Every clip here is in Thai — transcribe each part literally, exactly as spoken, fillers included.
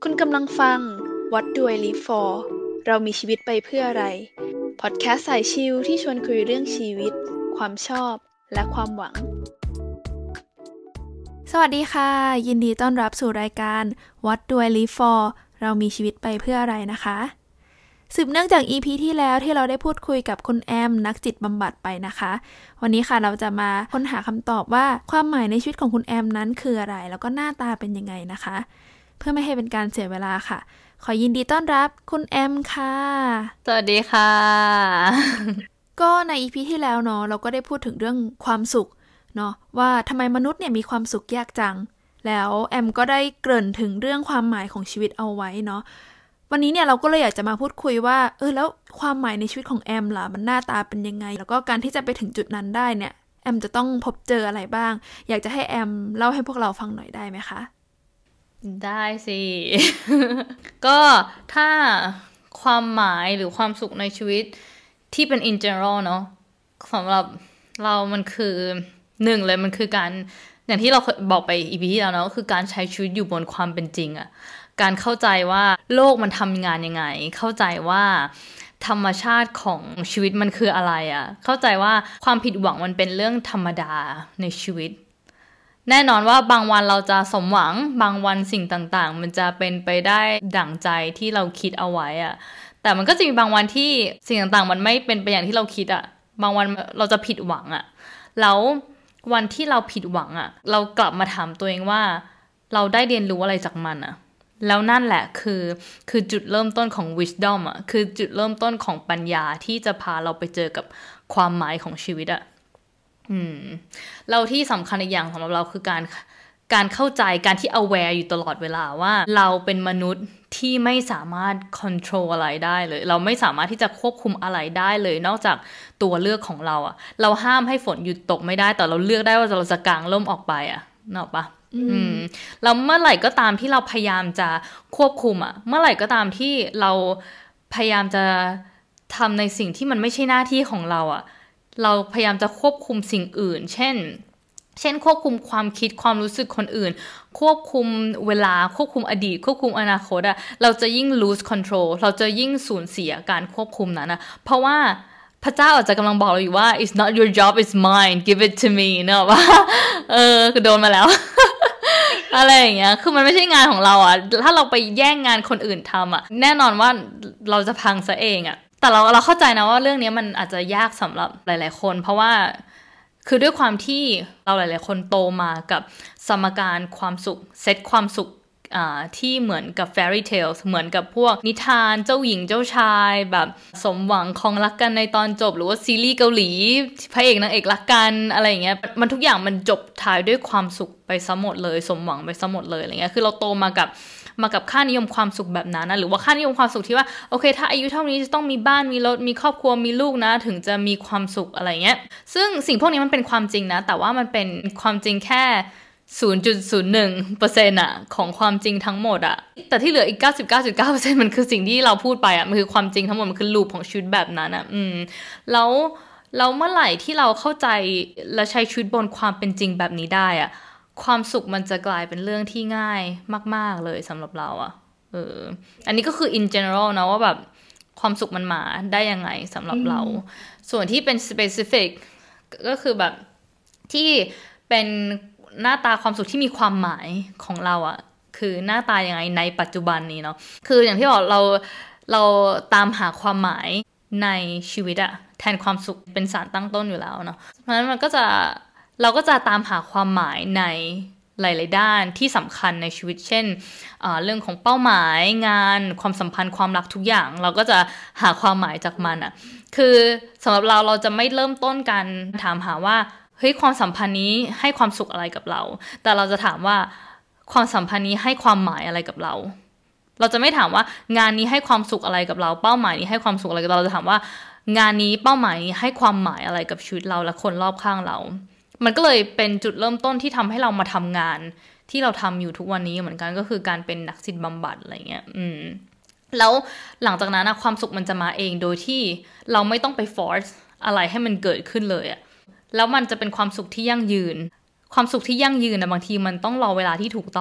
คุณกำลังฟัง What Do I Live For เรามีชีวิตไปเพื่ออะไรพอดแคสต์สายชิลที่ชวนคุยเรื่องชีวิตความชอบและความหวังสวัสดีค่ะยินดีต้อนรับสู่รายการ What Do I Live For เรามีชีวิตไปเพื่ออะไรนะคะสืบเนื่องจาก อี พี ที่แล้วที่เราได้พูดคุยกับคุณแอมนักจิตบำบัดไปนะคะวันนี้ค่ะเราจะมาค้นหาคำตอบว่าความหมายในชีวิตของคุณแอมนั้นคืออะไรแล้วก็หน้าตาเป็นยังไงนะคะเพื่อไม่ให้เป็นการเสียเวลาค่ะขอยินดีต้อนรับคุณแอมค่ะสวัสดีค่ะก็ใน อี พี ที่แล้วเนาะเราก็ได้พูดถึงเรื่องความสุขเนาะว่าทำไมมนุษย์เนี่ยมีความสุขยากจังแล้วแอมก็ได้เกริ่นถึงเรื่องความหมายของชีวิตเอาไว้เนาะวันนี้เนี่ยเราก็เลยอยากจะมาพูดคุยว่าเออแล้วความหมายในชีวิตของแอมล่ะมันหน้าตาเป็นยังไงแล้วก็การที่จะไปถึงจุดนั้นได้เนี่ยแอมจะต้องพบเจออะไรบ้างอยากจะให้แอมเล่าให้พวกเราฟังหน่อยได้ไหมคะได้สิ ก็ถ้าความหมายหรือความสุขในชีวิตที่เป็น in general เนาะสำหรับเรามันคือหนึ่งเลยมันคือการอย่างที่เราบอกไป อี พี ที่แล้วเนาะก็คือการใช้ชีวิตอยู่บนความเป็นจริงอะการเข้าใจว่าโลกมันทำงานยังไงเข้าใจว่าธรรมชาติของชีวิตมันคืออะไรอะเข้าใจว่าความผิดหวังมันเป็นเรื่องธรรมดาในชีวิตแน่นอนว่าบางวันเราจะสมหวังบางวันสิ่งต่างๆมันจะเป็นไปได้ดั่งใจที่เราคิดเอาไว้อะแต่มันก็จะมีบางวันที่สิ่งต่างๆมันไม่เป็นไปอย่างที่เราคิดอะบางวันเราจะผิดหวังอะแล้ววันที่เราผิดหวังอะเรากลับมาถามตัวเองว่าเราได้เรียนรู้อะไรจากมันอะแล้วนั่นแหละคือคือจุดเริ่มต้นของ wisdom อะคือจุดเริ่มต้นของปัญญาที่จะพาเราไปเจอกับความหมายของชีวิตอะอืมเราที่สำคัญอีกอย่างสำหรับเราคือการการเข้าใจการที่ aware อยู่ตลอดเวลาว่าเราเป็นมนุษย์ที่ไม่สามารถ control อะไรได้เลยเราไม่สามารถที่จะควบคุมอะไรได้เลยนอกจากตัวเลือกของเราอะเราห้ามให้ฝนหยุดตกไม่ได้แต่เราเลือกได้ว่าเราจะกางร่มออกไปอะนึกออกปะอืมแล้วเมื่อไหร่ก็ตามที่เราพยายามจะควบคุมอะเมื่อไหร่ก็ตามที่เราพยายามจะทำในสิ่งที่มันไม่ใช่หน้าที่ของเราอะเราพยายามจะควบคุมสิ่งอื่นเช่นเช่นควบคุมความคิดความรู้สึกคนอื่นควบคุมเวลาควบคุมอดีตควบคุมอนาคตอะเราจะยิ่ง lose control เราจะยิ่งสูญเสียการควบคุมนั้นนะเพราะว่าพระเจ้าอาจจะกำลังบอกเราอยู่ว่า it's not your job it's mine give it to me เนอะว่าเออคือโดนมาแล้ว อะไรอย่างเงี้ยคือมันไม่ใช่งานของเราอ่ะถ้าเราไปแย่งงานคนอื่นทำอ่ะแน่นอนว่าเราจะพังซะเองอ่ะแต่เราเราเข้าใจนะว่าเรื่องนี้มันอาจจะยากสำหรับหลายๆคนเพราะว่าคือด้วยความที่เราหลายๆคนโตมากับสมการความสุขเซตความสุขที่เหมือนกับ fairy tales เหมือนกับพวกนิทานเจ้าหญิงเจ้าชายแบบสมหวังคองรักกันในตอนจบหรือว่าซีรีส์เกาหลีพระเอกนางเอกรักกันอะไรอย่างเงี้ยมันทุกอย่างมันจบท้ายด้วยความสุขไปซะหมดเลยสมหวังไปซะหมดเลยอะไรเงี้ยคือเราโตมากับมากับค่านิยมความสุขแบบนั้นนะหรือว่าค่านิยมความสุขที่ว่าโอเคถ้าอายุเท่านี้จะต้องมีบ้านมีรถมีครอบครัวมีลูกนะถึงจะมีความสุขอะไรเงี้ยซึ่งสิ่งพวกนี้มันเป็นความจริงนะแต่ว่ามันเป็นความจริงแค่ศูนย์จุดศูนย์หนึ่งเปอร์เซ็นต์ อ่ะของความจริงทั้งหมดอ่ะแต่ที่เหลืออีก เก้าสิบเก้าจุดเก้าเปอร์เซ็นต์ มันคือสิ่งที่เราพูดไปอ่ะมันคือความจริงทั้งหมดมันคือลูปของชีวิตแบบนั้นอ่ะอืมแล้วแล้วเมื่อไหร่ที่เราเข้าใจและใช้ชีวิตบนความเป็นจริงแบบนี้ได้อ่ะความสุขมันจะกลายเป็นเรื่องที่ง่ายมากๆเลยสำหรับเราอ่ะเอออันนี้ก็คือ in general นะว่าแบบความสุขมันมาได้ยังไงสำหรับเราส่วนที่เป็น specific ก็คือแบบที่เป็นหน้าตาความสุขที่มีความหมายของเราอะคือหน้าตายังไงในปัจจุบันนี้เนาะคืออย่างที่บอกเราเราตามหาความหมายในชีวิตอะแทนความสุขเป็นสารตั้งต้นอยู่แล้วเนาะเพราะฉะนั้นมันก็จะเราก็จะตามหาความหมายในหลายๆด้านที่สำคัญในชีวิตเช่นเรื่องของเป้าหมายงานความสัมพันธ์ความรักทุกอย่างเราก็จะหาความหมายจากมันอะคือสำหรับเราเราจะไม่เริ่มต้นการถามหาว่าเฮ้ยความสัมพันธ์นี้ให้ความสุขอะไรกับเราแต่เราจะถามว่าความสัมพันธ์นี้ให้ความหมายอะไรกับเราเราจะไม่ถามว่างานนี้ให้ความสุขอะไรกับเราเป้าหมายนี้ให้ความสุขอะไรกับเราเราจะถามว่างานนี้เป้าหมายนี้ให้ความหมายอะไรกับชีวิตเราและคนรอบข้างเรามันก็เลยเป็นจุดเริ่มต้นที่ทำให้เรามาทำงานที่เราทำอยู่ทุกวันนี้เหมือนกันก็คือการเป็นนักจิตบำบัดอะไรเงี้ยอืมแล้วหลังจากนั้นนะความสุขมันจะมาเองโดยที่เราไม่ต้องไป force อะไรให้มันเกิดขึ้นเลยอะแล้วมันจะเป็นความสุขที่ยั่งยืนความสุขที่ยั่งยืนนะบางทีมันต้องรอเวลาที่ถูกต้องอะ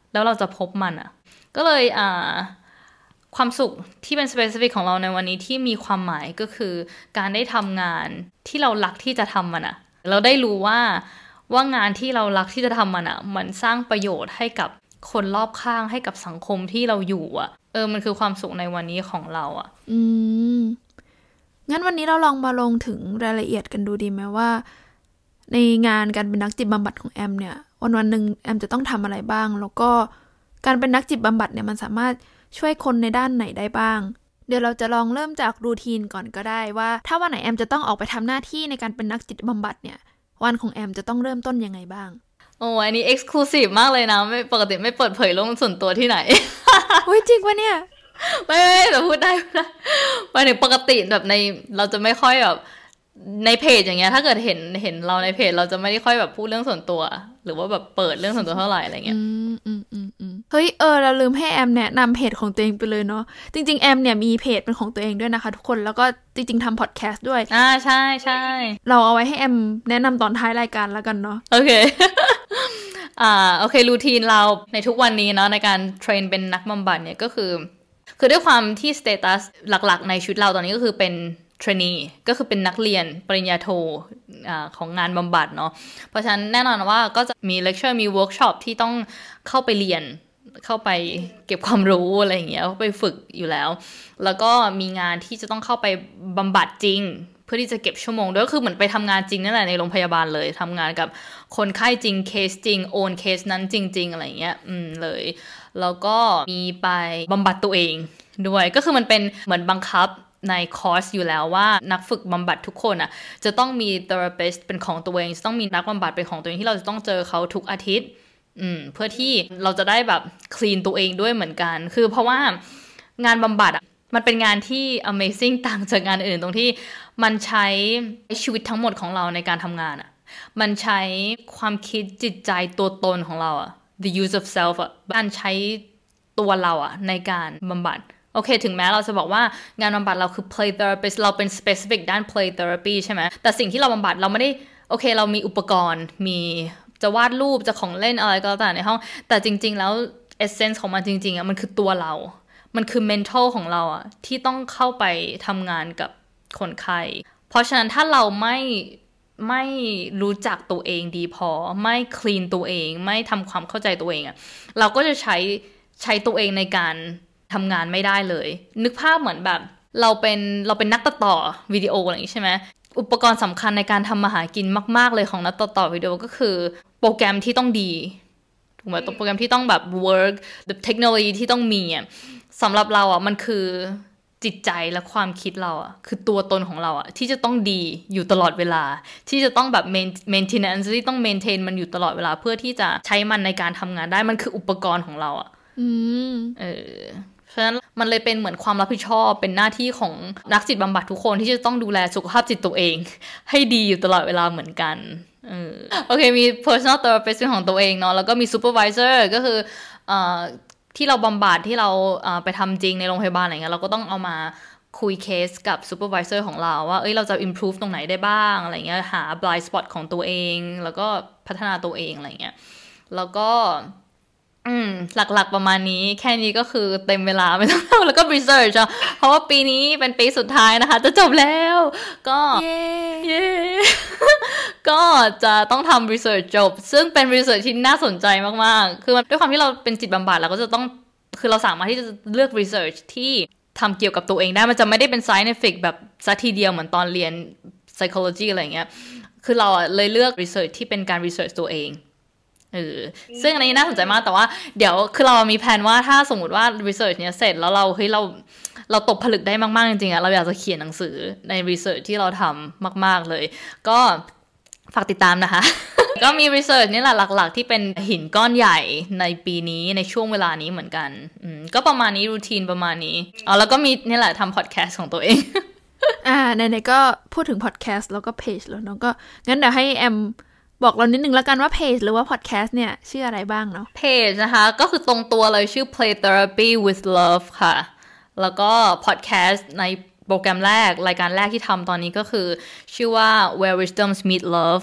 แล้วเราจะพบมันอ่ะก็เลยอ่าความสุขที่เป็น specific ของเราในวันนี้ที่มีความหมายก็คือการได้ทำงานที่เรารักที่จะทำมันอ่ะเราได้รู้ว่าว่างานที่เรารักที่จะทำมันอ่ะมันสร้างประโยชน์ให้กับคนรอบข้างให้กับสังคมที่เราอยู่อ่ะเออมันคือความสุขในวันนี้ของเราอ่ะอืมงั้นวันนี้เราลองมาลงถึงรายละเอียดกันดูดีไหมว่าในงานการเป็นนักจิตบำบัดของแอมเนี่ยวันวันหนึ่งแอมจะต้องทำอะไรบ้างแล้วก็การเป็นนักจิตบำบัดเนี่ยมันสามารถช่วยคนในด้านไหนได้บ้างเดี๋ยวเราจะลองเริ่มจากรูทีนก่อนก็ได้ว่าถ้าวันไหนแอมจะต้องออกไปทำหน้าที่ในการเป็นนักจิตบำบัดเนี่ยวันของแอมจะต้องเริ่มต้นยังไงบ้างโอ้อันนี้ exclusive มากเลยนะไม่ปกติไม่เปิดเผยลงส่วนตัวที่ไหนโอ้ยจริงปะเนี่ยไม่ไม่แต่พูดได้นะหมายถึงปกติแบบในเราจะไม่ค่อยแบบในเพจอย่างเงี้ยถ้าเกิดเห็นเห็นเราในเพจเราจะไม่ได้ค่อยแบบพูดเรื่องส่วนตัวหรือว่าแบบเปิดเรื่องส่วนตัวเท่าไหร่อะไรเงี้ยอืมอืมอืมอืมเฮ้ยเออเราลืมให้แอมแนะนำเพจของตัวเองไปเลยเนาะจริงๆแอมเนี่ยมีเพจเป็นของตัวเองด้วยนะคะทุกคนแล้วก็จริงๆทำพอดแคสต์ด้วยอ่าใช่ใช่เราเอาไว้ให้แอมแนะนำตอนท้ายรายการแล้วกันเนาะโอเค อ่าโอเครูทีนเราในทุกวันนี้เนาะในการเทรนเป็นนักบำบัดเนี่ยก็คือคือด้วยความที่สเตตัสหลักๆในชีวิตเราตอนนี้ก็คือเป็นเทรนนีก็คือเป็นนักเรียนปริญญาโทอ่าของงานบำบัดเนาะเพราะฉะนั้นแน่นอนว่าก็จะมีเลคเชอร์มีเวิร์กช็อปที่ต้องเข้าไปเรียนเข้าไปเก็บความรู้อะไรอย่างเงี้ยไปฝึกอยู่แล้วแล้วก็มีงานที่จะต้องเข้าไปบำบัดจริงเพื่อที่จะเก็บชั่วโมงด้วยก็คือเหมือนไปทำงานจริงนั่นแหละในโรงพยาบาลเลยทำงานกับคนไข้จริงเคสจริงโอนเคสนั้นจริงๆอะไรเงี้ยอืมเลยแล้วก็มีไปบำบัดตัวเองด้วยก็คือมันเป็นเหมือนบังคับในคอร์สอยู่แล้วว่านักฝึกบำบัดทุกคนอ่ะจะต้องมี therapist เป็นของตัวเองจะต้องมีนักบำบัดเป็นของตัวเองที่เราจะต้องเจอเขาทุกอาทิตย์อืมเพื่อที่เราจะได้แบบคลีนตัวเองด้วยเหมือนกันคือเพราะว่างานบำบัดอ่ะมันเป็นงานที่ amazing ต่างจากงานอื่นตรงที่มันใช้ชีวิตทั้งหมดของเราในการทำงานอ่ะมันใช้ความคิดจิตใจตัวตนของเราอ่ะ the use of self อ่ะการใช้ตัวเราอ่ะในการบำบัดโอเคถึงแม้เราจะบอกว่างานบำบัดเราคือ play therapist เราเป็น specific ด้าน play therapy ใช่ไหมแต่สิ่งที่เราบำบัดเราไม่ได้โอเคเรามีอุปกรณ์มีจะวาดรูปจะของเล่นอะไรก็แล้วแต่ในห้องแต่จริงๆแล้ว essence ของมันจริงๆอ่ะมันคือตัวเรามันคือ mental ของเราอ่ะที่ต้องเข้าไปทำงานกับคนไข้เพราะฉะนั้นถ้าเราไม่ไม่รู้จักตัวเองดีพอไม่ clean ตัวเองไม่ทำความเข้าใจตัวเองอ่ะเราก็จะใช้ใช้ตัวเองในการทำงานไม่ได้เลยนึกภาพเหมือนแบบเราเป็นเราเป็นนักตัดต่อวิดีโออะไรอย่างนี้ใช่ไหมอุปกรณ์สำคัญในการทำมาหากินมากๆเลยของนักตัดต่อวิดีโอก็คือโปรแกรมที่ต้องดีถูกไหมโปรแกรมที่ต้องแบบ work เทคโนโลยีที่ต้องมีอ่ะสำหรับเราอ่ะมันคือจิตใจและความคิดเราอ่ะคือตัวตนของเราอ่ะที่จะต้องดีอยู่ตลอดเวลาที่จะต้องแบบ maintenance ที่ต้อง maintain มันอยู่ตลอดเวลาเพื่อที่จะใช้มันในการทำงานได้มันคืออุปกรณ์ของเราอ่ะอืมเออเพราะฉะนั้นมันเลยเป็นเหมือนความรับผิดชอบเป็นหน้าที่ของนักจิตบำบัดทุกคนที่จะต้องดูแลสุขภาพจิตตัวเองให้ดีอยู่ตลอดเวลาเหมือนกันเออโอเคมี personal therapist เป็นของตัวเองเนาะแล้วก็มี supervisor ก็คือเอ่อที่เราบำบัดที่เราเอ่อไปทำจริงในโรงพยาบาลอะไรเงี้ยเราก็ต้องเอามาคุยเคสกับ supervisor ของเราว่าเอ้ยเราจะ improve ตรงไหนได้บ้างอะไรเงี้ยหา blind spot ของตัวเองแล้วก็พัฒนาตัวเองอะไรเงี้ยแล้วก็อืมหลักๆประมาณนี้แค่นี้ก็คือเต็มเวลาไม่ต้องเล่าแล้วก็ research อ่ะเพราะว่าปีนี้เป็นปีสุดท้ายนะคะจะจบแล้วก็เย้เย้ก็จะต้องทำ research จบซึ่งเป็น research ที่น่าสนใจมากๆคือด้วยความที่เราเป็นจิตบำบัดเราก็จะต้องคือเราสามารถที่จะเลือก research ที่ทำเกี่ยวกับตัวเองได้มันจะไม่ได้เป็น scientific แบบซะทีเดียวเหมือนตอนเรียน psychology อะไรเงี้ยคือเราเลยเลือก research ที่เป็นการ research ตัวเองเออซึ่งอันนี้น่าสนใจมากแต่ว่าเดี๋ยวคือเรามีแผนว่าถ้าสมมติว่า research เนี้ยเสร็จแล้วเราเฮ้ยเราเราตกผลึกได้มากๆจริงๆอะเราอยากจะเขียนหนังสือใน research ที่เราทำมากๆเลยก็ฝากติดตามนะคะ ก็มี research นี่แหละหลักๆที่เป็นหินก้อนใหญ่ในปีนี้ในช่วงเวลานี้เหมือนกันอืมก็ประมาณนี้รูทีนประมาณนี้อ๋อแล้วก็มีนี่แหละทำ podcast ของตัวเองอ่าไหนๆก็พูดถึง podcast แล้วก็เพจแล้วเนาะก็งั้นเดี๋ยวให้แอมบอกเรานิดนึงแล้วกันว่าเพจหรือว่าพอดแคสต์เนี่ยชื่ออะไรบ้างเนาะเพจนะคะก็คือตรงตัวเลยชื่อ Play Therapy with Love ค่ะแล้วก็พอดแคสต์ในโปรแกรมแรกรายการแรกที่ทำตอนนี้ก็คือชื่อว่า Where Wisdoms Meet Love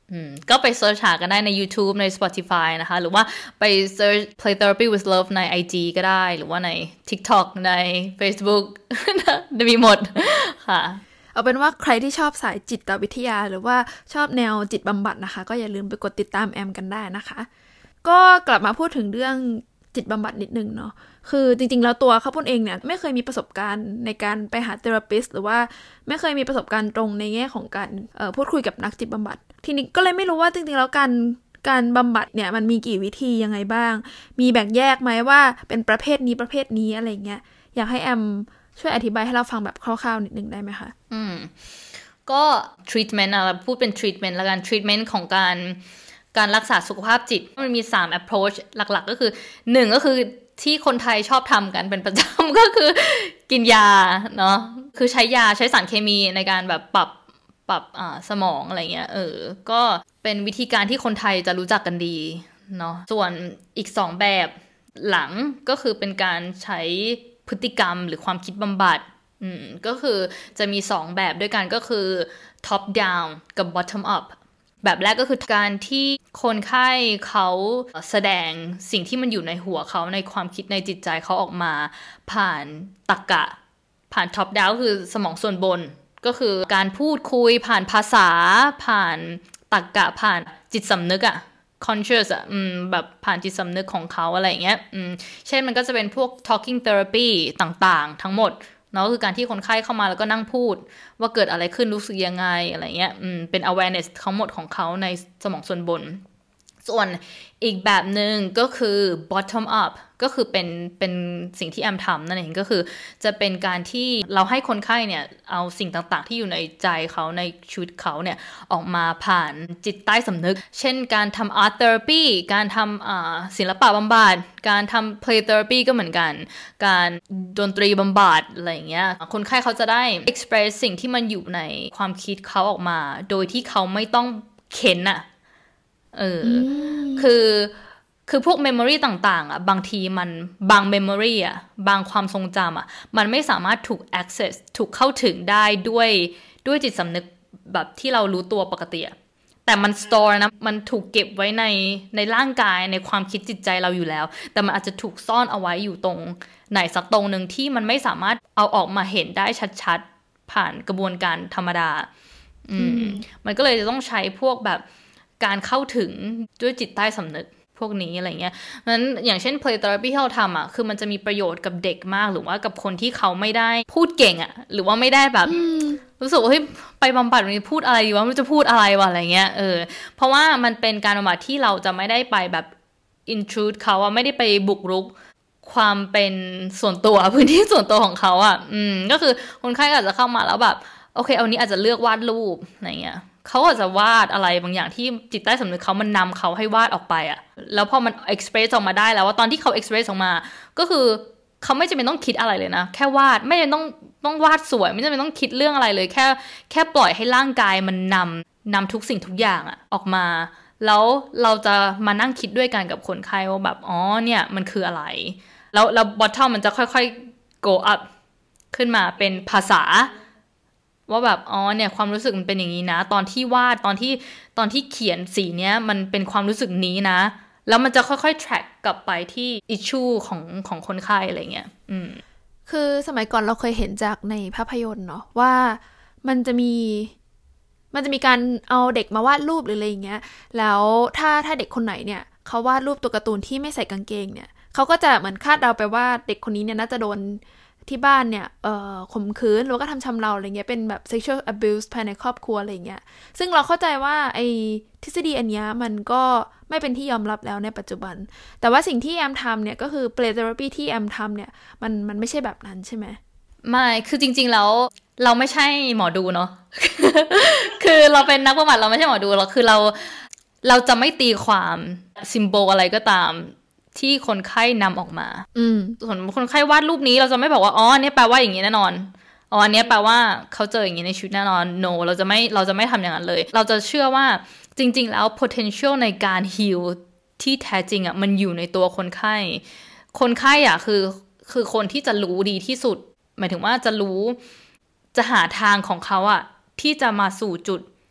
อืมก็ไปเสิร์ชหากันได้ใน YouTube ใน Spotify นะคะหรือว่าไปเสิร์ช Play Therapy with Love ใน ไอ จี ก็ได้หรือว่าใน TikTok ใน Facebook มีหมดค่ะเอาเป็นว่าใครที่ชอบสายจิตวิทยาหรือว่าชอบแนวจิตบำบัดนะคะก็อย่าลืมไปกดติดตามแอมกันได้นะคะก็กลับมาพูดถึงเรื่องจิตบำบัดนิดนึงเนาะคือจริงๆแล้วตัวเขาปุ้นเองเนี่ยไม่เคยมีประสบการณ์ในการไปหาเทอราปิสต์หรือว่าไม่เคยมีประสบการณ์ตรงในแง่ของการเอ่อพูดคุยกับนักจิตบำบัดทีนี้ก็เลยไม่รู้ว่าจริงๆแล้วการการบำบัดเนี่ยมันมีกี่วิธียังไงบ้างมีแบ่งแยกไหมว่าเป็นประเภทนี้ประเภทนี้อะไรเงี้ยอยากให้แอมช่วยอธิบายให้เราฟังแบบคร่าวๆนิดนึงได้ไหมคะอืมก็ treatment อะพูดเป็น treatment ละกัน treatment ของการการรักษาสุขภาพจิตมันมีสาม approach หลักๆก็คือหนึ่งก็คือที่คนไทยชอบทำกันเป็นประจำ ก็คือกินยาเนาะคือใช้ยาใช้สารเคมีในการแบบปรับปรับอ่าสมองอะไรเงี้ยเออก็เป็นวิธีการที่คนไทยจะรู้จักกันดีเนาะส่วนอีกสองแบบหลังก็คือเป็นการใช้พฤติกรรมหรือความคิดบำบัดอืมก็คือจะมีสองแบบด้วยกันก็คือ top down กับ bottom up แบบแรกก็คือการที่คนไข้เขาแสดงสิ่งที่มันอยู่ในหัวเขาในความคิดในจิตใจเขาออกมาผ่านตรรกะผ่าน top down คือสมองส่วนบนก็คือการพูดคุยผ่านภาษาผ่านตรรกะผ่านจิตสำนึกอะconscious อ่ะอืมแบบผ่านจิตสำนึกของเขาอะไรอย่างเงี้ยอืมเช่นมันก็จะเป็นพวก talking therapy ต่างๆทั้งหมดเนาะคือการที่คนไข้เข้ามาแล้วก็นั่งพูดว่าเกิดอะไรขึ้นรู้สึกยังไงอะไรเงี้ยอืมเป็น awareness ทั้งหมดของเขาในสมองส่วนบนส่วนอีกแบบหนึ่งก็คือ bottom up ก็คือเป็นเป็นสิ่งที่แอมทำนั่นเองก็คือจะเป็นการที่เราให้คนไข้เนี่ยเอาสิ่งต่างๆที่อยู่ในใจเขาในชีวิตเขาเนี่ยออกมาผ่านจิตใต้สำนึกเช่นการทำ art therapy การทำอ่าศิลปะบำบัดการทำ play therapy ก็เหมือนกันการดนตรีบำบัดอะไรอย่างเงี้ยคนไข้เขาจะได้ express สิ่งที่มันอยู่ในความคิดเขาออกมาโดยที่เขาไม่ต้องเข็นอะเออคือคือพวก memory ต่างๆอ่ะบางทีมันบาง memory อ่ะบางความทรงจำอ่ะมันไม่สามารถถูก access ถูกเข้าถึงได้ด้วยด้วยจิตสำนึกแบบที่เรารู้ตัวปกติอ่ะแต่มัน store นะมันถูกเก็บไว้ในในร่างกายในความคิดจิตใจเราอยู่แล้วแต่มันอาจจะถูกซ่อนเอาไว้อยู่ตรงไหนสักตรงนึงที่มันไม่สามารถเอาออกมาเห็นได้ชัดๆผ่านกระบวนการธรรมดาอืมมันก็เลยจะต้องใช้พวกแบบการเข้าถึงด้วยจิตใต้สำนึกพวกนี้อะไรเงี้ยงั้นอย่างเช่น play therapy ที่เราทำอ่ะคือมันจะมีประโยชน์กับเด็กมากหรือว่ากับคนที่เขาไม่ได้พูดเก่งอ่ะหรือว่าไม่ได้แบบรู้สึกว่าเฮ้ยไปบำบัดวันนี้พูดอะไรดีวะไม่รู้จะพูดอะไรวะอะไรเงี้ยเออเพราะว่ามันเป็นการบำบัดที่เราจะไม่ได้ไปแบบ intrude เขาอ่ะไม่ได้ไปบุกรุกความเป็นส่วนตัวพื้นที่ส่วนตัวของเขาอ่ะอืมก็คือคนไข้อาจจะเข้ามาแล้วแบบโอเคเอานี้อาจจะเลือกวาดรูปอะไรเงี้ยเขาอาจจะวาดอะไรบางอย่างที่จิตใต้สำนึกเขามันนำเขาให้วาดออกไปอะแล้วพอมัน express ออกมาได้แล้วว่าตอนที่เขา express ออกมาก็คือเขาไม่จำเป็นต้องคิดอะไรเลยนะแค่วาดไม่จำเป็นต้องต้องวาดสวยไม่จำเป็นต้องคิดเรื่องอะไรเลยแค่แค่ปล่อยให้ร่างกายมันนำนำทุกสิ่งทุกอย่างอะออกมาแล้วเราจะมานั่งคิดด้วยกันกับคนไข้ว่าแบบอ๋อเนี่ยมันคืออะไรแล้วแล้ว bottom มันจะค่อยๆ go up ขึ้นมาเป็นภาษาว่าแบบอ๋อเนี่ยความรู้สึกมันเป็นอย่างนี้นะตอนที่วาดตอนที่ตอนที่เขียนสีเนี้ยมันเป็นความรู้สึกนี้นะแล้วมันจะค่อยๆ track กลับไปที่ issue ของของคนไข้อะไรเงี้ยอืมคือสมัยก่อนเราเคยเห็นจากในภาพยนตร์เนาะว่ามันจะมีมันจะมีการเอาเด็กมาวาดรูปหรืออะไรอย่างเงี้ยแล้วถ้าถ้าเด็กคนไหนเนี่ยเขาวาดรูปตัวการ์ตูนที่ไม่ใส่กางเกงเนี่ยเขาก็จะเหมือนคาดเดาไปว่าเด็กคนนี้เนี่ยน่าจะโดนที่บ้านเนี่ยเอ่อข่มขืนหรือว่าก็ทำชำเราอะไรเงี้ยเป็นแบบ sexual abuse ภายในครอบครัวอะไรเงี้ยซึ่งเราเข้าใจว่าไอ้ทฤษฎีอันเนี้ยมันก็ไม่เป็นที่ยอมรับแล้วในปัจจุบันแต่ว่าสิ่งที่แอมทำเนี่ยก็คือ play therapy ที่แอมทำเนี่ยมันมันไม่ใช่แบบนั้นใช่ไหมไม่คือจริงๆแล้วเราไม่ใช่หมอดูเนาะ คือเราเป็นนักบำบัดเราไม่ใช่หมอดูเราคือเราเราจะไม่ตีความซิมโบลอะไรก็ตามที่คนไข้นำออกมาอืมส่วนคนไข้วาดรูปนี้เราจะไม่บอกว่าอ๋ออันนี้แปลว่าอย่างนี้แน่นอนอ๋ออันนี้แปลว่าเขาเจออย่างนี้ในชีวิตแน่นอน no เราจะไม่เราจะไม่ทำอย่างนั้นเลยเราจะเชื่อว่าจริงๆแล้ว potential ในการ heal ที่แท้จริงอ่ะมันอยู่ในตัวคนไข้คนไข้อ่ะคือคือคนที่จะรู้ดีที่สุดหมายถึงว่าจะรู้จะหาทางของเขาอ่ะที่จะมาสู่จุด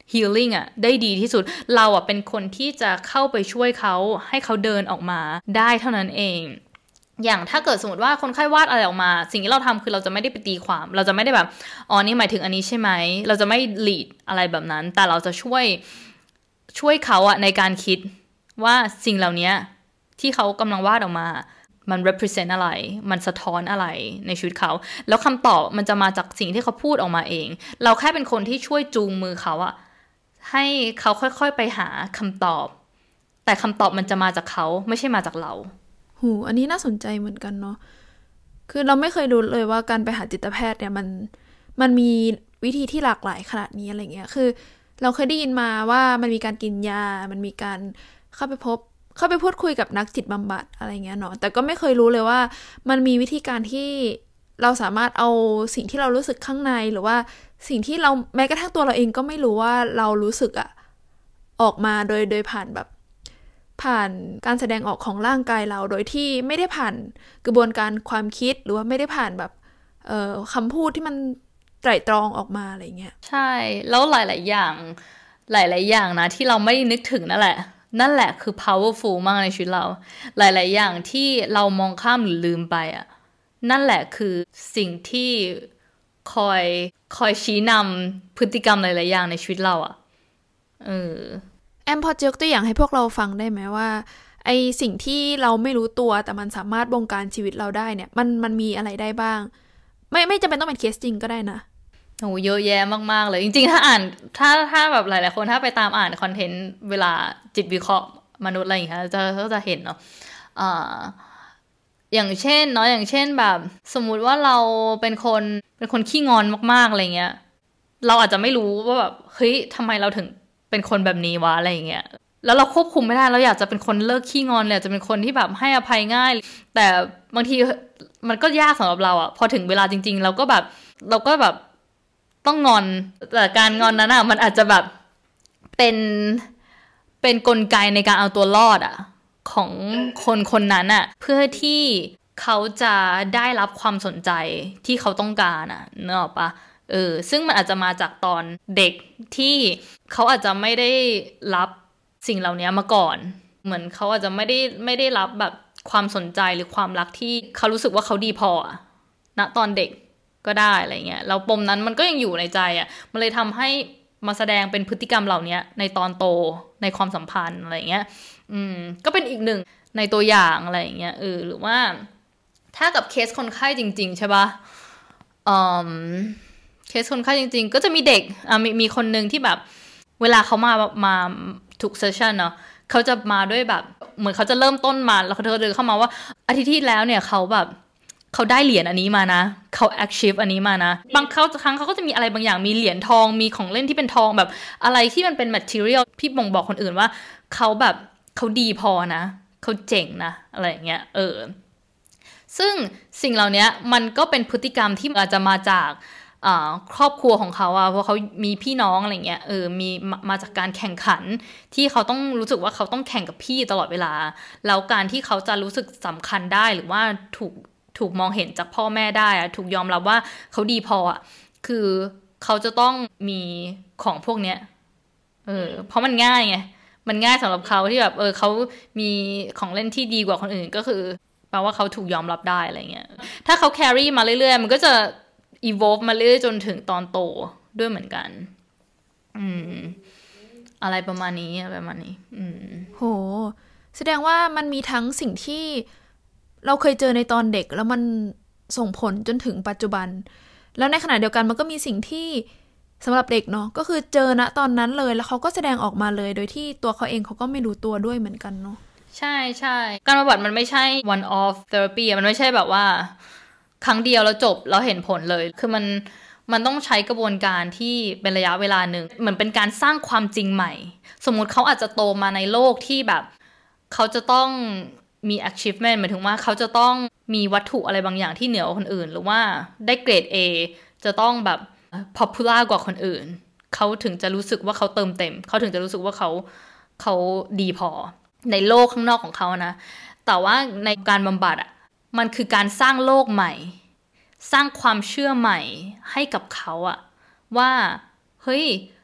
healing อ่ะได้ดีที่สุดเราอ่ะเป็นคนที่จะเข้าไปช่วยเขาให้เขาเดินออกมาได้เท่านั้นเองอย่างถ้าเกิดสมมติว่าคนไข้วาดอะไรออกมาสิ่งที่เราทำคือเราจะไม่ได้ไปตีความเราจะไม่ได้แบบอ๋อนี่หมายถึงอันนี้ใช่ไหมเราจะไม่ lead อะไรแบบนั้นแต่เราจะช่วยช่วยเขาอะในการคิดว่าสิ่งเหล่านี้ที่เขากำลังวาดออกมามัน represent อะไรมันสะท้อนอะไรในชีวิตเขาแล้วคำตอบมันจะมาจากสิ่งที่เขาพูดออกมาเองเราแค่เป็นคนที่ช่วยจูงมือเขาอะให้เขาค่อยๆไปหาคำตอบแต่คำตอบมันจะมาจากเขาไม่ใช่มาจากเราหูอันนี้น่าสนใจเหมือนกันเนาะคือเราไม่เคยรู้เลยว่าการไปหาจิตแพทย์เนี่ยมันมันมีวิธีที่หลากหลายขนาดนี้อะไรเงี้ยคือเราเคยได้ยินมาว่ามันมีการกินยามันมีการเข้าไปพบเข้าไปพูดคุยกับนักจิตบำบัดอะไรเงี้ยเนาะแต่ก็ไม่เคยรู้เลยว่ามันมีวิธีการที่เราสามารถเอาสิ่งที่เรารู้สึกข้างในหรือว่าสิ่งที่เราแม้กระทั่งตัวเราเองก็ไม่รู้ว่าเรารู้สึกอะออกมาโดยโดยผ่านแบบผ่านการแสดงออกของร่างกายเราโดยที่ไม่ได้ผ่านกระบวนการความคิดหรือว่าไม่ได้ผ่านแบบเอ่อคำพูดที่มันไตร่ตรองออกมาอะไรเงี้ยใช่แล้วหลายๆอย่างหลายๆอย่างนะที่เราไม่ได้นึกถึงนั่นแหละนั่นแหละคือ powerful มากในชีวิตเราหลายๆอย่างที่เรามองข้ามหรือลืมไปอ่ะนั่นแหละคือสิ่งที่คอยคอยชี้นำพฤติกรรมหลายๆอย่างในชีวิตเราอ่ะเออแอมพอจะยกตัวอย่างให้พวกเราฟังได้ไหมว่าไอสิ่งที่เราไม่รู้ตัวแต่มันสามารถบงการชีวิตเราได้เนี่ยมันมันมีอะไรได้บ้างไม่ไม่จำเป็นต้องเป็นเคสจริงก็ได้นะโหเยอะแยะมากๆเลยจริงๆถ้าอ่านถ้าถ้าแบบหลายๆคนถ้าไปตามอ่านคอนเทนต์เวลาจิตวิเคราะห์มนุษย์อะไรอย่างเงี้ยจะก็จะเห็นเนาะอ่าอย่างเช่นเนาะอย่างเช่นแบบสมมุติว่าเราเป็นคนเป็นคนขี้งอนมากๆอะไรเงี้ยเราอาจจะไม่รู้ว่าแบบเฮ้ยทำไมเราถึงเป็นคนแบบนี้วะอะไรอย่างเงี้ยแล้วเราควบคุมไม่ได้เราอยากจะเป็นคนเลิกขี้งอนเลยจะเป็นคนที่แบบให้อภัยง่ายแต่บางทีมันก็ยากสำหรับเราอะพอถึงเวลาจริงๆเราก็แบบเราก็แบบต้องงอนแต่การงอนนั้นอะมันอาจจะแบบเป็นเป็นกลไกในการเอาตัวรอดอะของคนคนนั้นอะเพื่อที่เขาจะได้รับความสนใจที่เขาต้องการอะเนอะปะเออซึ่งมันอาจจะมาจากตอนเด็กที่เขาอาจจะไม่ได้รับสิ่งเหล่านี้มาก่อนเหมือนเขาอาจจะไม่ได้ไม่ได้รับแบบความสนใจหรือความรักที่เขารู้สึกว่าเขาดีพอณตอนเด็กก็ได้อะไรเงี้ยแล้วปมนั้นมันก็ยังอยู่ในใจอ่ะมันเลยทำให้มาแสดงเป็นพฤติกรรมเหล่านี้ในตอนโตในความสัมพันธ์อะไรเงี้ยอืมก็เป็นอีกหนึ่งในตัวอย่างอะไรเงี้ยเออหรือว่าถ้ากับเคสคนไข้จริงๆใช่ป่ะอืมเคสคนไข้จริงๆก็จะมีเด็กอ่ะมีมีคนนึงที่แบบเวลาเขามามาทุกเซสชั่นเนาะเขาจะมาด้วยแบบเหมือนเขาจะเริ่มต้นมาแล้วเขาเดินเข้ามาว่าอาทิตย์ที่แล้วเนี่ยเขาแบบเขาได้เหรียญอันนี้มานะเขา achieve อันนี้มานะบางครั้งเขาก็จะมีอะไรบางอย่างมีเหรียญทองมีของเล่นที่เป็นทองแบบอะไรที่มันเป็น material พี่บ่งบอกคนอื่นว่าเขาแบบเขาดีพอนะเขาเจ๋งนะอะไรอย่างเงี้ยเออซึ่งสิ่งเหล่านี้มันก็เป็นพฤติกรรมที่อาจจะมาจากครอบครัวของเขาอะเพราะเขามีพี่น้องอะไรเงี้ยเออมีมาจากการแข่งขันที่เขาต้องรู้สึกว่าเขาต้องแข่งกับพี่ตลอดเวลาแล้วการที่เขาจะรู้สึกสำคัญได้หรือว่าถูกถูกมองเห็นจากพ่อแม่ได้อะถูกยอมรับว่าเขาดีพออะคือเขาจะต้องมีของพวกเนี้ยเออเพราะมันง่ายไงมันง่ายสำหรับเขาที่แบบเออเขามีของเล่นที่ดีกว่าคนอื่นก็คือแปลว่าเขาถูกยอมรับได้อะไรเงี้ยถ้าเขา carry มาเรื่อยๆมันก็จะevolve มาเรื่อยจนถึงตอนโตด้วยเหมือนกันอืมอะไรประมาณนี้อะไรประมาณนี้อืมโหแสดงว่ามันมีทั้งสิ่งที่เราเคยเจอในตอนเด็กแล้วมันส่งผลจนถึงปัจจุบันแล้วในขณะเดียวกันมันก็มีสิ่งที่สำหรับเด็กเนาะก็คือเจอณตอนนั้นเลยแล้วเขาก็แสดงออกมาเลยโดยที่ตัวเขาเองเขาก็ไม่รู้ตัวด้วยเหมือนกันเนาะใช่ใช่การบำบัดมันไม่ใช่ one off therapy มันไม่ใช่แบบว่าครั้งเดียวแล้วจบแล้วเห็นผลเลยคือมันมันต้องใช้กระบวนการที่เป็นระยะเวลาหนึ่งเหมือนเป็นการสร้างความจริงใหม่สมมุติเขาอาจจะโตมาในโลกที่แบบเขาจะต้องมี achievement หมายถึงว่าเขาจะต้องมีวัตถุอะไรบางอย่างที่เหนือกว่าคนอื่นหรือว่าได้เกรด A จะต้องแบบ popular กว่าคนอื่นเขาถึงจะรู้สึกว่าเขาเติมเต็มเขาถึงจะรู้สึกว่าเขาเขาดีพอในโลกข้างนอกของเขานะแต่ว่าในการบำบัดอ่ะมันคือการสร้างโลกใหม่สร้างความเชื่อใหม่ให้กับเขาอะว่าเฮ้ย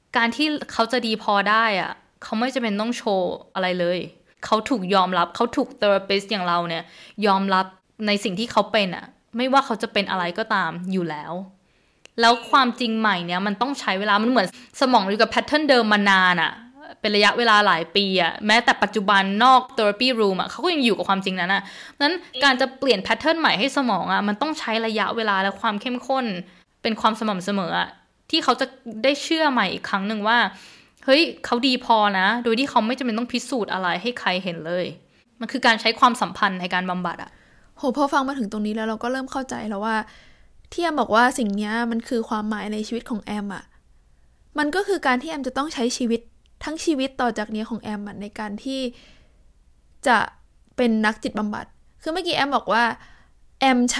การที่เขาจะดีพอได้อ่ะเขาไม่จำเป็นต้องโชว์อะไรเลยเขาถูกยอมรับเขาถูกเทอราปิสต์อย่างเราเนี่ยยอมรับในสิ่งที่เขาเป็นอ่ะไม่ว่าเขาจะเป็นอะไรก็ตามอยู่แล้วแล้วความจริงใหม่เนี่ยมันต้องใช้เวลามันเหมือนสมองอยู่กับแพทเทิร์นเดิมมานานอ่ะเป็นระยะเวลาหลายปีอ่ะแม้แต่ปัจจุบันนอก therapy room อ่ะเขาก็ยังอยู่กับความจริงนั้นอ่ะนั้นการจะเปลี่ยนแพทเทิร์นใหม่ให้สมองอ่ะมันต้องใช้ระยะเวลาและความเข้มข้นเป็นความสม่ำเสมออ่ะที่เขาจะได้เชื่อใหม่อีกครั้งหนึ่งว่าเฮ้ยเขาดีพอนะโดยที่เขาไม่จำเป็นต้องพิสูจน์อะไรให้ใครเห็นเลยมันคือการใช้ความสัมพันธ์ในการบำบัดอ่ะโหพอฟังมาถึงตรงนี้แล้วเราก็เริ่มเข้าใจแล้วว่าที่แอมบอกว่าสิ่งนี้มันคือความหมายในชีวิตของแอมอ่ะมันก็คือการที่แอมจะต้องใช้ชีวิตทั้งชีวิตต่อจากนี้ของแอมในการที่จะเป็นนักจิตบำบัดคือเมื่อกี้แอมบอกว่าแอมใช้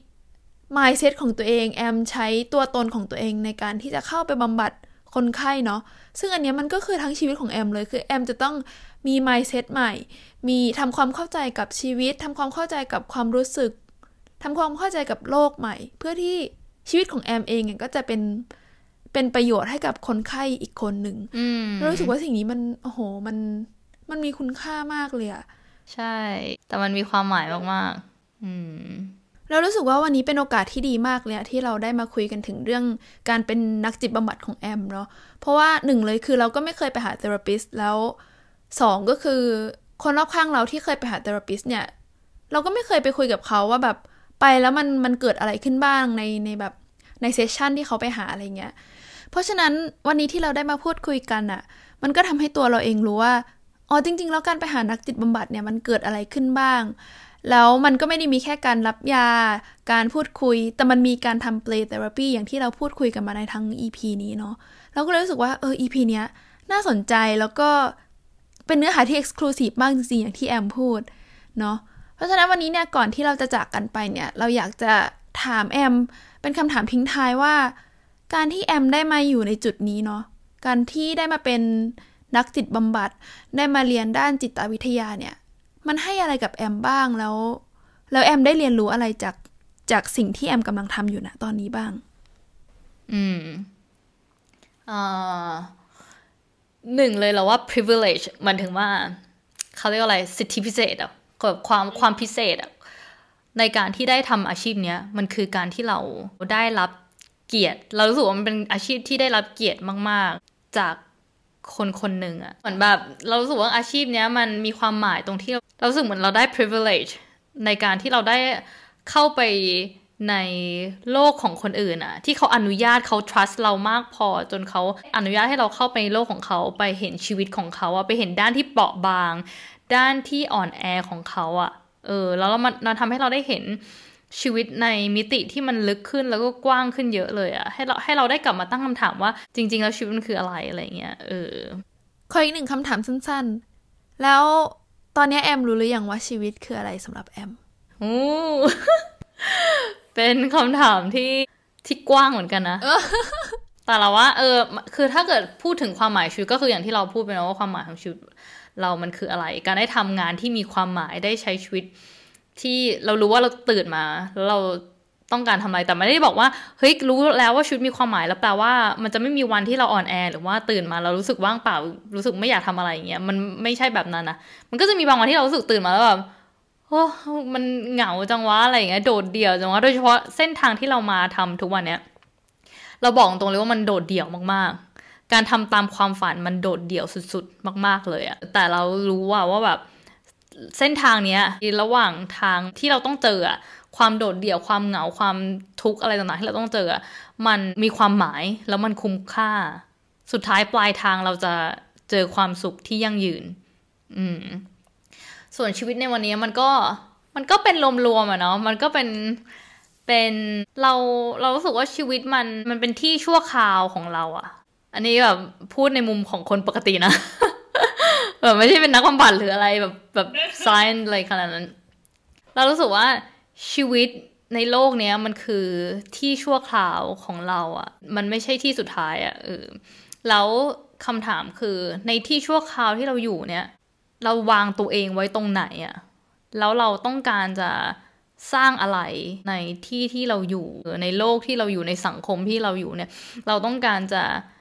mindset ของตัวเองแอมใช้ตัวตนของตัวเองในการที่จะเข้าไปบำบัดคนไข้เนาะซึ่งอันนี้มันก็คือทั้งชีวิตของแอมเลยคือแอมจะต้องมี mindset ใหม่มีทำความเข้าใจกับชีวิตทำความเข้าใจกับความรู้สึกทำความเข้าใจกับโลกใหม่เพื่อที่ชีวิตของแอมเองก็จะเป็นเป็นประโยชน์ให้กับคนไข้อีกคนหนึ่งรู้สึกว่าสิ่งนี้มันโอ้โหมันมันมีคุณค่ามากเลยอะใช่แต่มันมีความหมายมากๆอืมเรารู้สึกว่าวันนี้เป็นโอกาสที่ดีมากเลยที่เราได้มาคุยกันถึงเรื่องการเป็นนักจิตบำบัดของแอมเนาะเพราะว่าหนึ่งเลยคือเราก็ไม่เคยไปหาเทอราปิสต์แล้วสองก็คือคนรอบข้างเราที่เคยไปหาเทอราปิสต์เนี่ยเราก็ไม่เคยไปคุยกับเขาว่าแบบไปแล้วมันมันเกิดอะไรขึ้นบ้างในในแบบในเซสชันที่เขาไปหาอะไรเงี้ยเพราะฉะนั้นวันนี้ที่เราได้มาพูดคุยกันอ่ะมันก็ทำให้ตัวเราเองรู้ว่าอ๋อจริงๆแล้วการไปหานักจิตบำบัดเนี่ยมันเกิดอะไรขึ้นบ้างแล้วมันก็ไม่ได้มีแค่การรับยาการพูดคุยแต่มันมีการทำ play therapy อย่างที่เราพูดคุยกันมาในทั้ง อี พี นี้เนาะเราก็เลยรู้สึกว่าเออ อี พี เนี้ยน่าสนใจแล้วก็เป็นเนื้อหาที่ exclusive มากจริงๆอย่างที่แอมพูดเนาะเพราะฉะนั้นวันนี้เนี่ยก่อนที่เราจะจากกันไปเนี่ยเราอยากจะถามแอมเป็นคำถามทิ้งท้ายว่าการที่แอมได้มาอยู่ในจุดนี้เนาะการที่ได้มาเป็นนักจิตบำบัดได้มาเรียนด้านจิตวิทยาเนี่ยมันให้อะไรกับแอมบ้างแล้วแล้วแอมได้เรียนรู้อะไรจากจากสิ่งที่แอมกำลังทำอยู่นะตอนนี้บ้างอืมอ่าหนึ่งเลยเราว่า privilege มันถึงว่าเขาเรียกอะไรสิทธิพิเศษอ่ะกับความความพิเศษอ่ะในการที่ได้ทำอาชีพเนี้ยมันคือการที่เราได้รับเกียรติเรารู้สึกว่ามันเป็นอาชีพที่ได้รับเกียรติมากๆจากคนคนหนึ่งอ่ะเหมือนแบบเรารู้สึกว่าอาชีพเนี้ยมันมีความหมายตรงที่เรารู้สึกเหมือนเราได้ privilege ในการที่เราได้เข้าไปในโลกของคนอื่นอ่ะที่เขาอนุญาตเขา trust เรามากพอจนเขาอนุญาตให้เราเข้าไปในโลกของเขาไปเห็นชีวิตของเขาอ่ะไปเห็นด้านที่เปราะบางด้านที่อ่อนแอของเขาอ่ะเออแล้วมันมันทำให้เราได้เห็นชีวิตในมิติที่มันลึกขึ้นแล้วก็กว้างขึ้นเยอะเลยอ่ะให้เราให้เราได้กลับมาตั้งคำถามว่าจริงๆแล้วชีวิตมันคืออะไรอะไรเงี้ยเออขออีกหนึ่งคำถามสั้นๆแล้วตอนนี้แอมรู้หรือยังว่าชีวิตคืออะไรสำหรับแอมโอ้ เป็นคำถามที่ที่กว้างเหมือนกันนะ แต่เราว่าเออคือถ้าเกิดพูดถึงความหมายชีวิตก็คืออย่างที่เราพูดไปนะว่าความหมายของชีวิตเรามันคืออะไรการได้ทำงานที่มีความหมายได้ใช้ชีวิตที่เรารู้ว่าเราตื่นมาแล้วเราต้องการทำอะไรแต่ไม่ได้บอกว่าเฮ้ยรู้แล้วว่าชีวิตมีความหมายแล้วแปลว่ามันจะไม่มีวันที่เราอ่อนแอหรือว่าตื่นมาเรารู้สึกว่างเปล่ารู้สึกไม่อยากทำอะไรอย่างเงี้ยมันไม่ใช่แบบนั้นนะมันก็จะมีบางวันที่เรารู้สึกตื่นมาแล้วแบบโอ้มันเหงาจังวะอะไรอย่างเงี้ยโดดเดี่ยวจังวะโดยเฉพาะเส้นทางที่เรามาทำทุกวันเนี้ยเราบอกตรงเลยว่ามันโดดเดี่ยวมากๆการทำตามความฝันมันโดดเดี่ยวสุดๆมากๆเลยอะแต่เรารู้ว่าว่าแบบเส้นทางเนี้ยระหว่างทางที่เราต้องเจออะความโดดเดี่ยวความเหงาความทุกข์อะไรต่างๆที่เราต้องเจออะมันมีความหมายแล้วมันคุ้มค่าสุดท้ายปลายทางเราจะเจอความสุขที่ยั่งยืนอืมส่วนชีวิตในวันนี้มันก็มันก็เป็นรวมๆอะเนาะมันก็เป็นเป็นเราเรารู้สึกว่าชีวิตมันมันเป็นที่ชั่วคราวของเราอะอันนี้แบบพูดในมุมของคนปกตินะ แบบไม่ใช่เป็นนักบำบัดหรืออะไรแบบแบบไซน์อะไรขนาดนั้นเรารู้สึกว่าชีวิตในโลกเนี้ยมันคือที่ชั่วคราวของเราอะมันไม่ใช่ที่สุดท้ายอะเออแล้วคำถามคือในที่ชั่วคราวที่เราอยู่เนี่ยเราวางตัวเองไว้ตรงไหนอะแล้วเราต้องการจะสร้างอะไรในที่ที่เราอยู่ในโลกที่เราอยู่ในสังคมที่เราอยู่เนี่ยเราต้องการจะ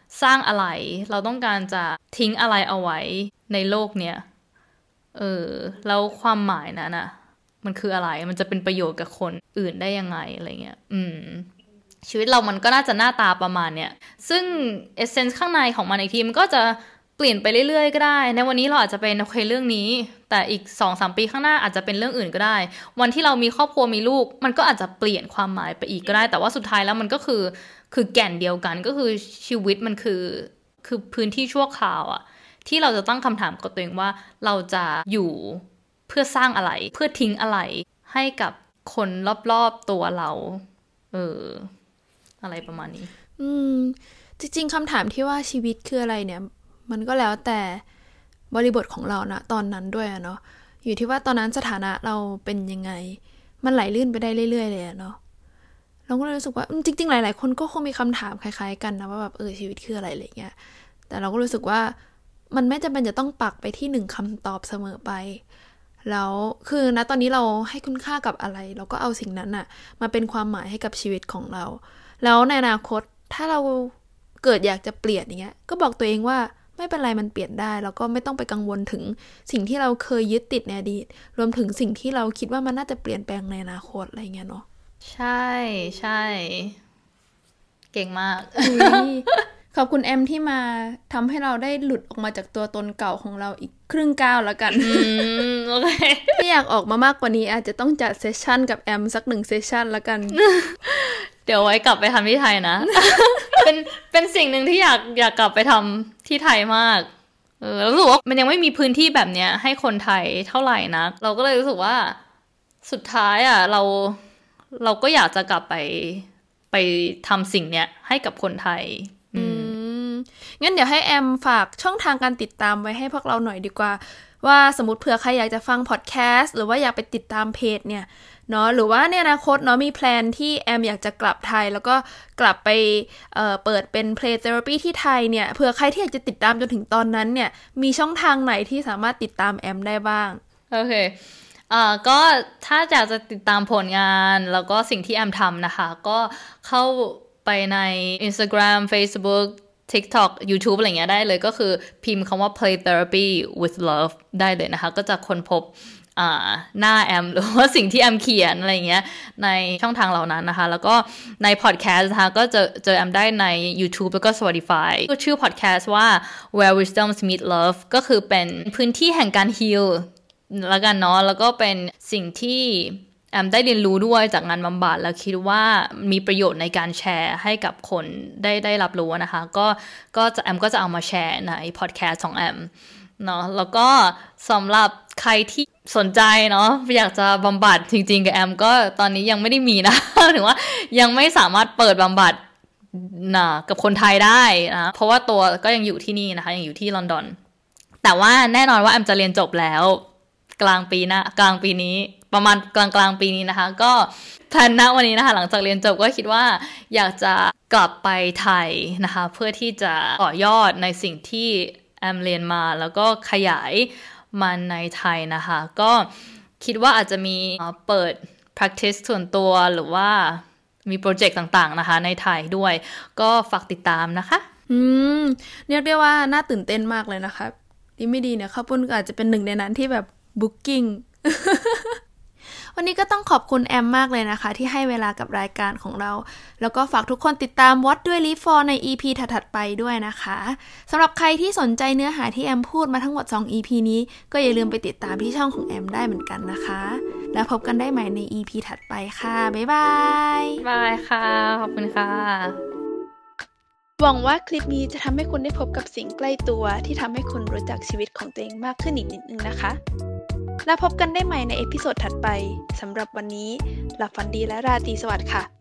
สร้างอะไรเราต้องการจะทิ้งอะไรเอาไว้ในโลกเนี้ยเออแล้วความหมายนั้นน่ะมันคืออะไรมันจะเป็นประโยชน์กับคนอื่นได้ยังไงอะไรเงี้ยอืมชีวิตเรามันก็น่าจะหน้าตาประมาณเนี้ยซึ่งเอเซนส์ข้างในของมันอีกทีมันก็จะเปลี่ยนไปเรื่อยๆก็ได้ในวันนี้เราอาจจะเป็นโอเคเรื่องนี้แต่อีก สองถึงสาม ปีข้างหน้าอาจจะเป็นเรื่องอื่นก็ได้วันที่เรามีครอบครัวมีลูกมันก็อาจจะเปลี่ยนความหมายไปอีกก็ได้แต่ว่าสุดท้ายแล้วมันก็คือคือแก่นเดียวกันก็คือชีวิตมันคือคือพื้นที่ชั่วคราวอะที่เราจะตั้งคำถามกับตัวเองว่าเราจะอยู่เพื่อสร้างอะไรเพื่อทิ้งอะไรให้กับคนรอบๆตัวเราเอออะไรประมาณนี้อืมจริงๆคำถามที่ว่าชีวิตคืออะไรเนี่ยมันก็แล้วแต่บริบทของเรานะตอนนั้นด้วยเนาะอยู่ที่ว่าตอนนั้นสถานะเราเป็นยังไงมันไหลลื่นไปได้เรื่อยๆเลยเนาะเราก็เลยรู้สึกว่าจริงๆหลายๆคนก็คงมีคำถามคล้ายๆกันนะว่าแบบเออชีวิตคืออะไรอะไรเงี้ยแต่เราก็รู้สึกว่ามันไม่จำเป็นจะต้องปักไปที่หนึ่งคำตอบเสมอไปแล้วคือณตอนนี้เราให้คุณค่ากับอะไรเราก็เอาสิ่งนั้นน่ะมาเป็นความหมายให้กับชีวิตของเราแล้วในอนาคตถ้าเราเกิดอยากจะเปลี่ยนอย่างเงี้ยก็บอกตัวเองว่าไม่เป็นไรมันเปลี่ยนได้แล้วก็ไม่ต้องไปกังวลถึงสิ่งที่เราเคยยึดติดในอดีตรวมถึงสิ่งที่เราคิดว่ามันน่าจะเปลี่ยนแปลงในอนาคตอะไรเงี้ยเนาะใช่ใช่เก่งมากขอบคุณแอมที่มาทำให้เราได้หลุดออกมาจากตัวตนเก่าของเราอีกครึ่งก้าวแล้วกันโอเคถ้าอยากออกมามากกว่านี้อาจจะต้องจัดเซสชั่นกับแอมสักหนึ่งเซสชั่นแล้วกันเดี๋ยวไว้กลับไปทำที่ไทยนะ เป็นเป็นสิ่งหนึ่งที่อยากอยากกลับไปทำที่ไทยมากเออรู้สึกว่ามันยังไม่มีพื้นที่แบบเนี้ยให้คนไทยเท่าไหร่นะเราก็เลยรู้สึกว่าสุดท้ายอ่ะเราเราก็อยากจะกลับไปไปทำสิ่งเนี้ยให้กับคนไทยอืมงั้นเดี๋ยวให้แอมฝากช่องทางการติดตามไว้ให้พวกเราหน่อยดีกว่าว่าสมมติเผื่อใครอยากจะฟังพอดแคสต์หรือว่าอยากไปติดตามเพจเนี่ยเนาะหรือว่าในอนาคตเนาะมีแพลนที่แอมอยากจะกลับไทยแล้วก็กลับไปเอ่อเปิดเป็น Play Therapy ที่ไทยเนี่ยเผื่อใครที่อยากจะติดตามจนถึงตอนนั้นเนี่ยมีช่องทางไหนที่สามารถติดตามแอมได้บ้างโอเคอ่าก็ถ้าอยากจะติดตามผลงานแล้วก็สิ่งที่แอมทำนะคะก็เข้าไปใน Instagram Facebook TikTok YouTube อะไรเงี้ยได้เลยก็คือพิมพ์คำว่า Play Therapy with Love ได้เลยนะคะก็จะค้นพบอ่าหน้าแอมหรือว่าสิ่งที่แอมเขียนอะไรเงี้ยในช่องทางเหล่านั้นนะคะแล้วก็ในพอดแคสต์นะคะก็เจอเจอแอมได้ใน YouTube แล้วก็ Spotify ก็ชื่อพอดแคสต์ว่า Where Wisdoms Meet Love ก็คือเป็นพื้นที่แห่งการ heal แล้วกันเนาะแล้วก็เป็นสิ่งที่แอมได้เรียนรู้ด้วยจากงานบำบัดแล้วคิดว่ามีประโยชน์ในการแชร์ให้กับคนได้ได้รับรู้นะคะก็ก็จะแอมก็จะเอามาแชร์ในพอดแคสต์ของแอมเนาะแล้วก็สำหรับใครที่สนใจเนาะอยากจะบำบัดจริงๆกับแอมก็ตอนนี้ยังไม่ได้มีนะ ถึงว่ายังไม่สามารถเปิดบำบัดนะกับคนไทยได้นะเพราะว่าตัวก็ยังอยู่ที่นี่นะคะยังอยู่ที่ลอนดอนแต่ว่าแน่นอนว่าแอมจะเรียนจบแล้วกลางปีหน้ากลางปีนี้ประมาณกลางกลางปีนี้นะคะก็แพลนณวันนี้นะคะหลังจากเรียนจบก็คิดว่าอยากจะกลับไปไทยนะคะเพื่อที่จะต่อยอดในสิ่งที่แอมเรียนมาแล้วก็ขยายมันในไทยนะคะก็คิดว่าอาจจะมีเปิด practice ส่วนตัวหรือว่ามีโปรเจกต์ต่างๆนะคะในไทยด้วยก็ฝากติดตามนะคะอืมเรียกได้ว่าน่าตื่นเต้นมากเลยนะคะดีไม่ดีเนี่ยข้าวปุ้นอาจจะเป็นหนึ่งในนั้นที่แบบ booking วันนี้ก็ต้องขอบคุณแอมมากเลยนะคะที่ให้เวลากับรายการของเราแล้วก็ฝากทุกคนติดตาม What Do I Live For ใน อี พี ถัดๆไปด้วยนะคะสำหรับใครที่สนใจเนื้อหาที่แอมพูดมาทั้งหมดสอง อี พี นี้ก็อย่าลืมไปติดตามที่ช่องของแอมได้เหมือนกันนะคะแล้วพบกันได้ใหม่ใน อี พี ถัดไปค่ะบ๊ายบายบายค่ะขอบคุณค่ะหวังว่าคลิปนี้จะทำให้คุณได้พบกับสิ่งใกล้ตัวที่ทำให้คุณรู้จักชีวิตของตัวเองมากขึ้นอีกนิดนึงนะคะแล้วพบกันได้ใหม่ในเอพิโซดถัดไปสำหรับวันนี้หลับฝันดีและราตรีสวัสดิ์ค่ะ